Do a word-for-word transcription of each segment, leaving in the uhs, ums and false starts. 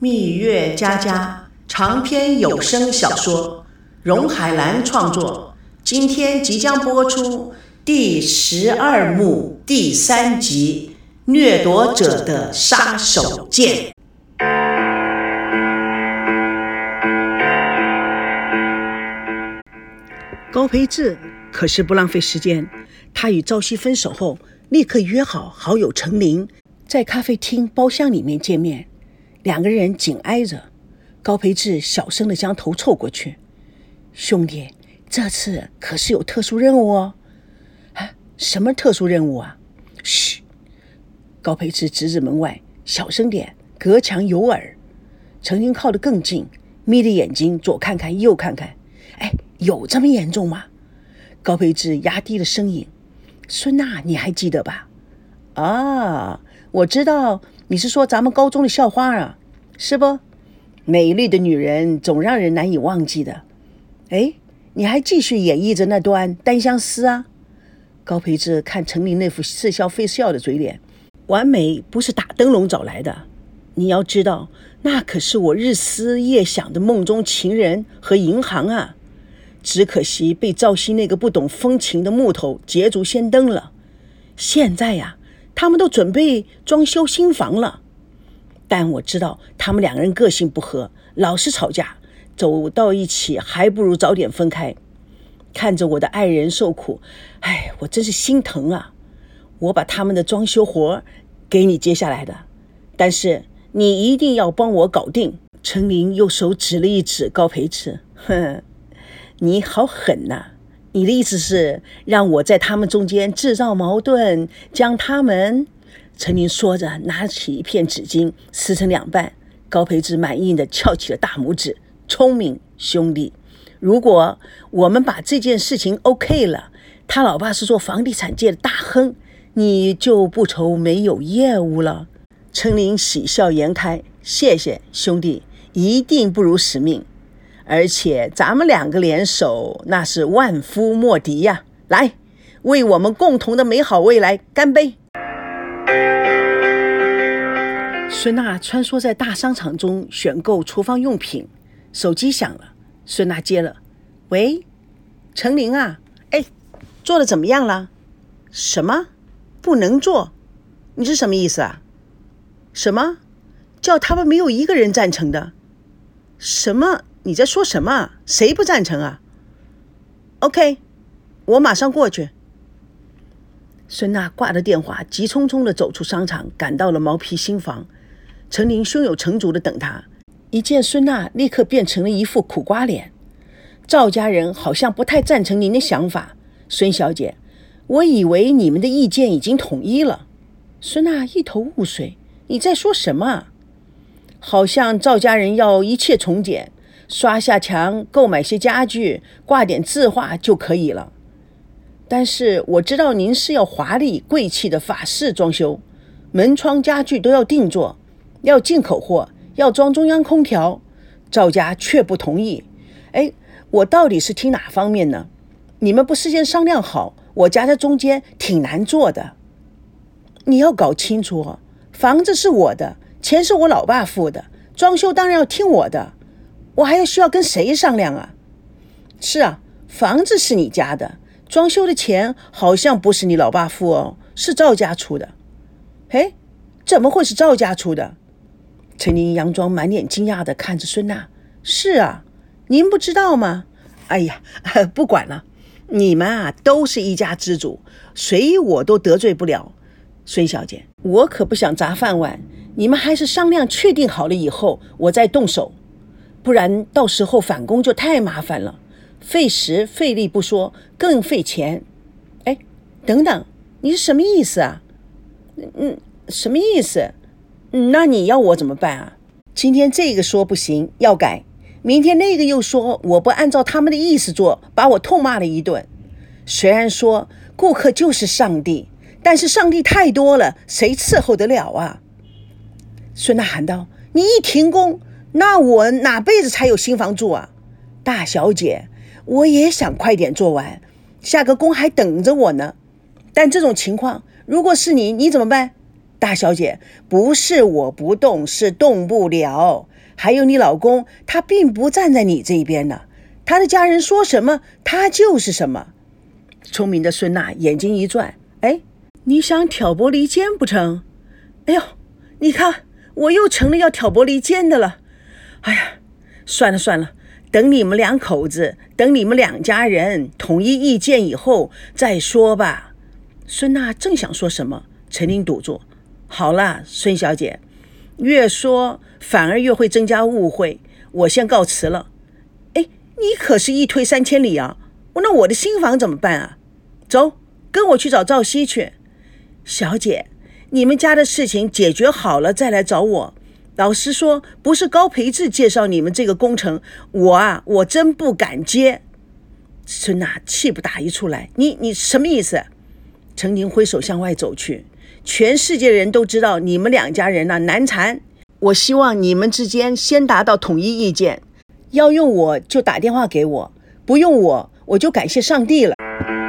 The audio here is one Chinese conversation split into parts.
蜜月佳佳长篇有声小说，荣海兰创作，今天即将播出第十二幕第三集《掠夺者的杀手锏》。 高培志可是不浪费时间，他与朝夕分手后，立刻约好好友程琳在咖啡厅包厢里面见面，两个人紧挨着。高培志小声地将头凑过去：“兄弟，这次可是有特殊任务哦。”“啊，什么特殊任务啊？”“嘘！”高培志指指门外：“小声点，隔墙有耳。”程琳靠得更近，眯着眼睛左看看右看看。“哎，有这么严重吗？”高培志压低了声音：“孙娜，你还记得吧？”“啊，我知道，你是说咱们高中的校花啊，是不？美丽的女人总让人难以忘记的。哎，你还继续演绎着那段单相思啊？”高培志看程琳那副似笑非笑的嘴脸，完美不是打灯笼找来的。你要知道，那可是我日思夜想的梦中情人和银行啊。只可惜被赵熙那个不懂风情的木头捷足先登了。现在呀、啊，他们都准备装修新房了。但我知道他们两个人个性不合，老是吵架，走到一起还不如早点分开。看着我的爱人受苦，哎，我真是心疼啊！我把他们的装修活给你接下来的，但是你一定要帮我搞定。程琳右手指了一指高培志，哼，你好狠呐、啊！你的意思是让我在他们中间制造矛盾，将他们……程琳说着，拿起一片纸巾，撕成两半。高培志满意的翘起了大拇指：“聪明，兄弟！如果我们把这件事情 OK 了，他老爸是做房地产界的大亨，你就不愁没有业务了。”程琳喜笑颜开：“谢谢兄弟，一定不辱使命。而且咱们两个联手，那是万夫莫敌呀！来，为我们共同的美好未来干杯！”孙娜穿梭在大商场中选购厨房用品，手机响了，孙娜接了：“喂，程琳啊，哎，做的怎么样了？”“什么？不能做？你是什么意思啊？”“什么？叫他们没有一个人赞成的？”“什么？你在说什么？谁不赞成啊？” “OK， 我马上过去。”孙娜挂了电话，急匆匆地走出商场，赶到了毛坯新房。程琳胸有成竹地等他，一见孙娜立刻变成了一副苦瓜脸。“赵家人好像不太赞成您的想法，孙小姐，我以为你们的意见已经统一了。”孙娜一头雾水：“你在说什么？”“好像赵家人要一切从简，刷下墙，购买些家具，挂点字画就可以了。但是我知道您是要华丽贵气的法式装修，门窗家具都要定做，要进口货，要装中央空调，赵家却不同意。哎，我到底是听哪方面呢？你们不事先商量好，我夹在中间挺难做的。你要搞清楚哦，房子是我的，钱是我老爸付的，装修当然要听我的，我还要需要跟谁商量啊？”“是啊，房子是你家的，装修的钱好像不是你老爸付哦，是赵家出的。”“哎，怎么会是赵家出的？”程琳佯装满脸惊讶地看着孙娜：“是啊，您不知道吗？哎呀，不管了，你们啊都是一家之主，谁我都得罪不了。孙小姐，我可不想砸饭碗，你们还是商量确定好了以后我再动手，不然到时候返工就太麻烦了，费时费力不说，更费钱。”“哎，等等，你是什么意思啊？”“嗯，什么意思？那你要我怎么办啊？今天这个说不行，要改，明天那个又说我不按照他们的意思做，把我痛骂了一顿。虽然说顾客就是上帝，但是上帝太多了，谁伺候得了啊？”孙娜喊道：“你一停工，那我哪辈子才有新房住啊？”“大小姐，我也想快点做完，下个工还等着我呢。但这种情况，如果是你，你怎么办？”“大小姐，不是我不动，是动不了。 还有你老公，他并不站在你这一边呢。他的家人说什么，他就是什么。聪明的孙娜眼睛一转，哎，你想挑拨离间不成？哎呦，你看我又成了要挑拨离间的了。哎呀，算了算了，等你们两口子，等你们两家人统一意见以后再说吧。孙娜正想说什么，陈琳堵住。好了，孙小姐，越说反而越会增加误会，我先告辞了。哎，你可是一推三千里啊，那我的新房怎么办啊？走，跟我去找赵熙去。小姐，你们家的事情解决好了再来找我。老实说，不是高培志介绍你们这个工程，我啊，我真不敢接。孙娜气不打一处来，你你什么意思？陈宁挥手向外走去。全世界人都知道你们两家人啊难缠，我希望你们之间先达到统一意见。要用我就打电话给我，不用我我就感谢上帝了。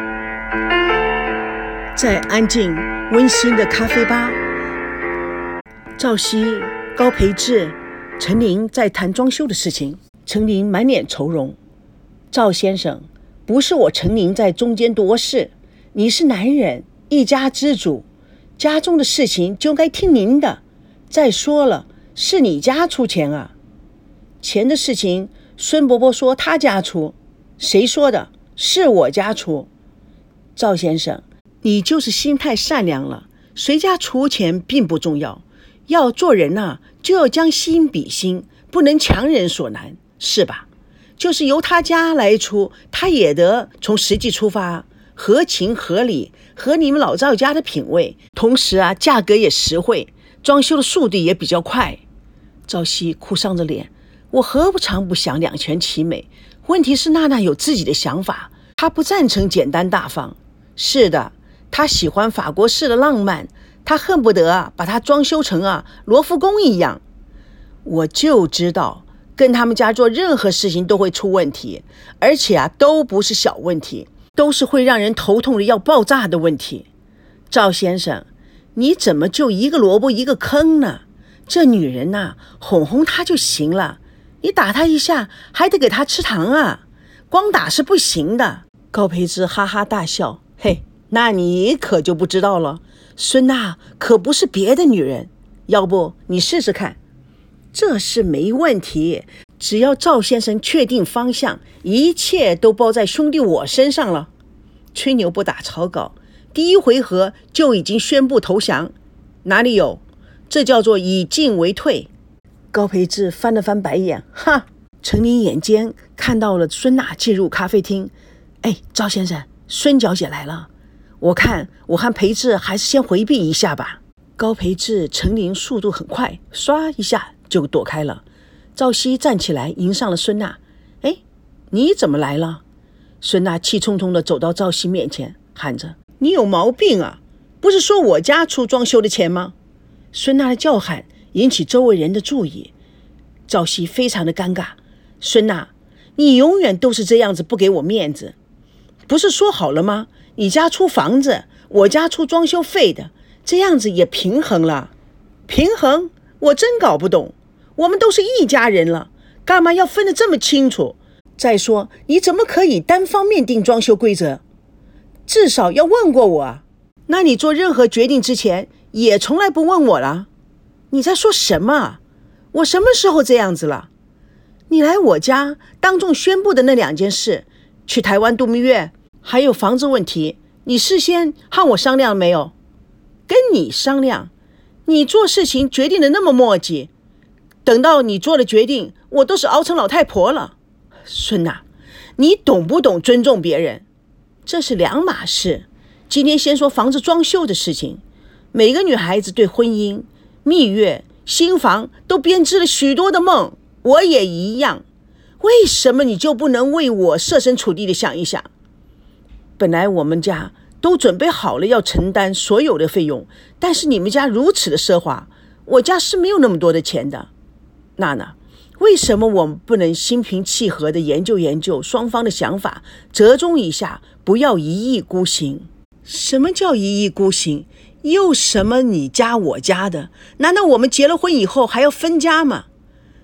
在安静温馨的咖啡吧，赵熙、高培志、陈琳在谈装修的事情。陈琳满脸愁容。赵先生，不是我陈琳在中间夺势，你是男人，一家之主，家中的事情就该听您的。再说了，是你家出钱啊。钱的事情，孙伯伯说他家出，谁说的？是我家出。赵先生，你就是心态善良了，谁家出钱并不重要，要做人啊，就要将心比心，不能强人所难，是吧？就是由他家来出，他也得从实际出发，合情合理，合你们老赵家的品味，同时啊，价格也实惠，装修的速度也比较快。赵熙哭丧着脸，我何尝不想两全其美？问题是娜娜有自己的想法，她不赞成简单大方。是的，她喜欢法国式的浪漫，她恨不得啊把它装修成啊罗浮宫一样。我就知道跟他们家做任何事情都会出问题，而且啊都不是小问题，都是会让人头痛的要爆炸的问题。赵先生，你怎么就一个萝卜一个坑呢？这女人呐、啊，哄哄她就行了，你打她一下还得给她吃糖啊，光打是不行的。高培之哈哈大笑，嘿，那你可就不知道了，孙娜可不是别的女人，要不你试试看。这是没问题，只要赵先生确定方向，一切都包在兄弟我身上了。吹牛不打草稿，第一回合就已经宣布投降，哪里有？这叫做以进为退。高培志翻了翻白眼，哈！陈琳眼尖看到了孙娜进入咖啡厅。哎，赵先生，孙小姐来了，我看我和培志还是先回避一下吧。高培志、陈琳速度很快，唰一下就躲开了。赵熙站起来迎上了孙娜。哎，你怎么来了？孙娜气冲冲地走到赵熙面前，喊着：你有毛病啊，不是说我家出装修的钱吗？孙娜的叫喊引起周围人的注意。赵熙非常的尴尬。孙娜，你永远都是这样子，不给我面子。不是说好了吗？你家出房子，我家出装修费的，这样子也平衡了。平衡？我真搞不懂。我们都是一家人了，干嘛要分得这么清楚？再说，你怎么可以单方面定装修规则？至少要问过我啊。那你做任何决定之前，也从来不问我了。你在说什么？我什么时候这样子了？你来我家当众宣布的那两件事，去台湾度蜜月，还有房子问题，你事先和我商量没有？跟你商量？你做事情决定的那么磨叽，等到你做了决定，我都是熬成老太婆了。孙娜，你懂不懂尊重别人？这是两码事。今天先说房子装修的事情。每个女孩子对婚姻、蜜月、新房都编织了许多的梦，我也一样。为什么你就不能为我设身处地的想一想？本来我们家都准备好了要承担所有的费用，但是你们家如此的奢华，我家是没有那么多的钱的。娜娜，为什么我们不能心平气和的研究研究双方的想法，折中一下，不要一意孤行？什么叫一意孤行？又什么你家我家的？难道我们结了婚以后还要分家吗？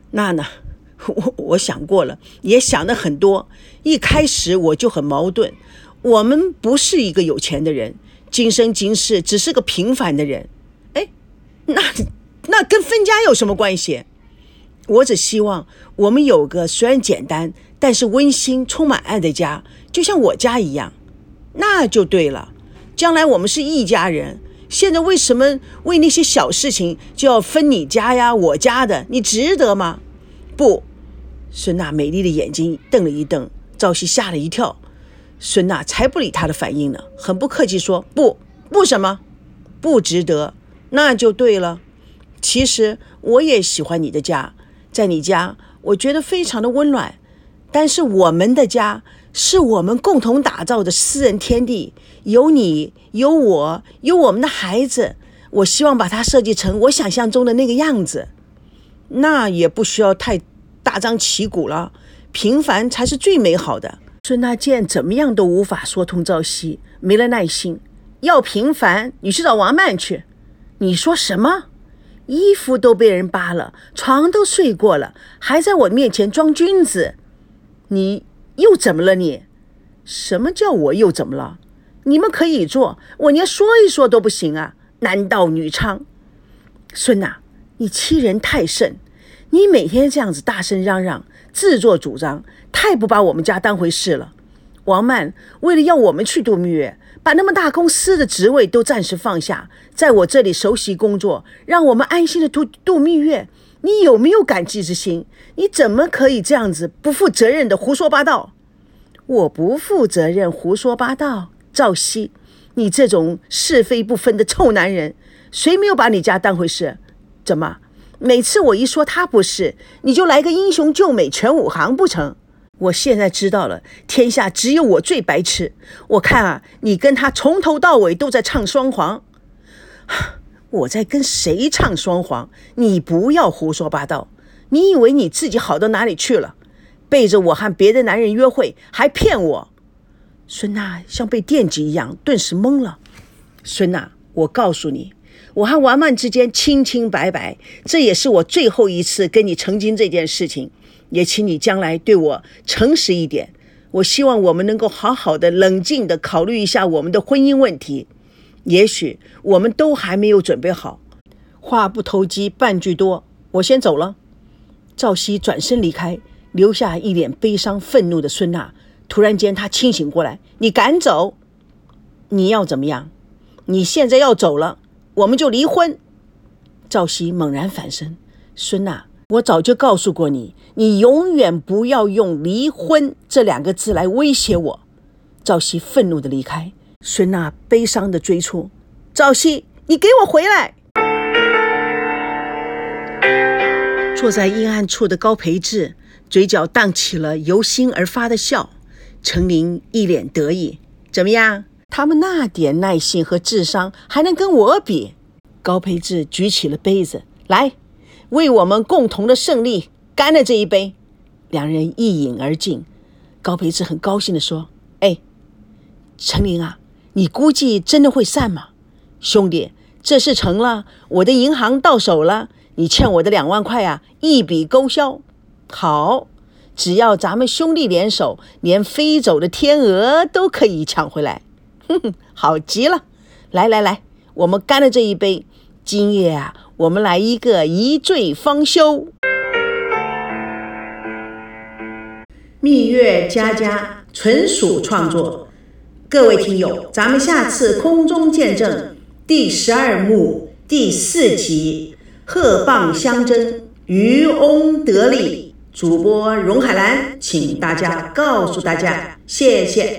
那呢，我我想过了，也想了很多。一开始我就很矛盾，我们不是一个有钱的人，今生今世只是个平凡的人。哎，那那跟分家有什么关系？我只希望我们有个虽然简单，但是温馨、充满爱的家，就像我家一样，那就对了。将来我们是一家人，现在为什么为那些小事情就要分你家呀、我家的？你值得吗？不，孙娜美丽的眼睛瞪了一瞪，赵熙吓了一跳。孙娜才不理他的反应呢，很不客气说：不，不什么？不值得，那就对了。其实我也喜欢你的家，在你家我觉得非常的温暖，但是我们的家是我们共同打造的私人天地，有你，有我，有我们的孩子，我希望把它设计成我想象中的那个样子。那也不需要太大张旗鼓了，平凡才是最美好的。孙娜见怎么样都无法说通赵熙，没了耐心。要平凡，你去找王曼去。你说什么？衣服都被人扒了，床都睡过了，还在我面前装君子。你又怎么了你？什么叫我又怎么了？你们可以做，我连说一说都不行啊，男盗女娼。孙娜，你欺人太甚，你每天这样子大声嚷嚷，自作主张，太不把我们家当回事了。王曼为了要我们去度蜜月，把那么大公司的职位都暂时放下，在我这里熟悉工作，让我们安心的度度蜜月。你有没有感激之心？你怎么可以这样子不负责任的胡说八道？我不负责任胡说八道？赵熙，你这种是非不分的臭男人，谁没有把你家当回事？怎么每次我一说他不是，你就来个英雄救美全武行不成？我现在知道了，天下只有我最白痴。我看啊，你跟他从头到尾都在唱双簧。我在跟谁唱双簧？你不要胡说八道。你以为你自己好到哪里去了？背着我和别的男人约会，还骗我。孙娜像被电击一样，顿时懵了。孙娜，我告诉你，我和王曼之间清清白白，这也是我最后一次跟你澄清这件事情，也请你将来对我诚实一点。我希望我们能够好好的冷静的考虑一下我们的婚姻问题，也许我们都还没有准备好。话不投机半句多，我先走了。赵熙转身离开，留下一脸悲伤愤怒的孙娜。突然间他清醒过来，你敢走？你要怎么样？你现在要走了，我们就离婚。赵熙猛然反身，孙娜，我早就告诉过你，你永远不要用离婚这两个字来威胁我。赵熙愤怒的离开，孙娜悲伤的追出，赵熙，你给我回来！坐在阴暗处的高培志嘴角荡起了由心而发的笑。程琳一脸得意，怎么样？他们那点耐性和智商还能跟我比？高培志举起了杯子，来，为我们共同的胜利干了这一杯。两人一饮而尽。高培志很高兴地说，哎，程琳啊，你估计真的会散吗？兄弟，这事成了，我的银行到手了，你欠我的两万块啊，一笔勾销。好，只要咱们兄弟联手，连飞走的天鹅都可以抢回来。哼哼，好极了！来来来，我们干了这一杯，今夜啊，我们来一个一醉方休。蜜月佳佳纯属创作，各位听友，咱们下次空中见证第十二幕第四集，鹤蚌相争，渔翁得利。主播荣海兰，请大家告诉大家，谢谢。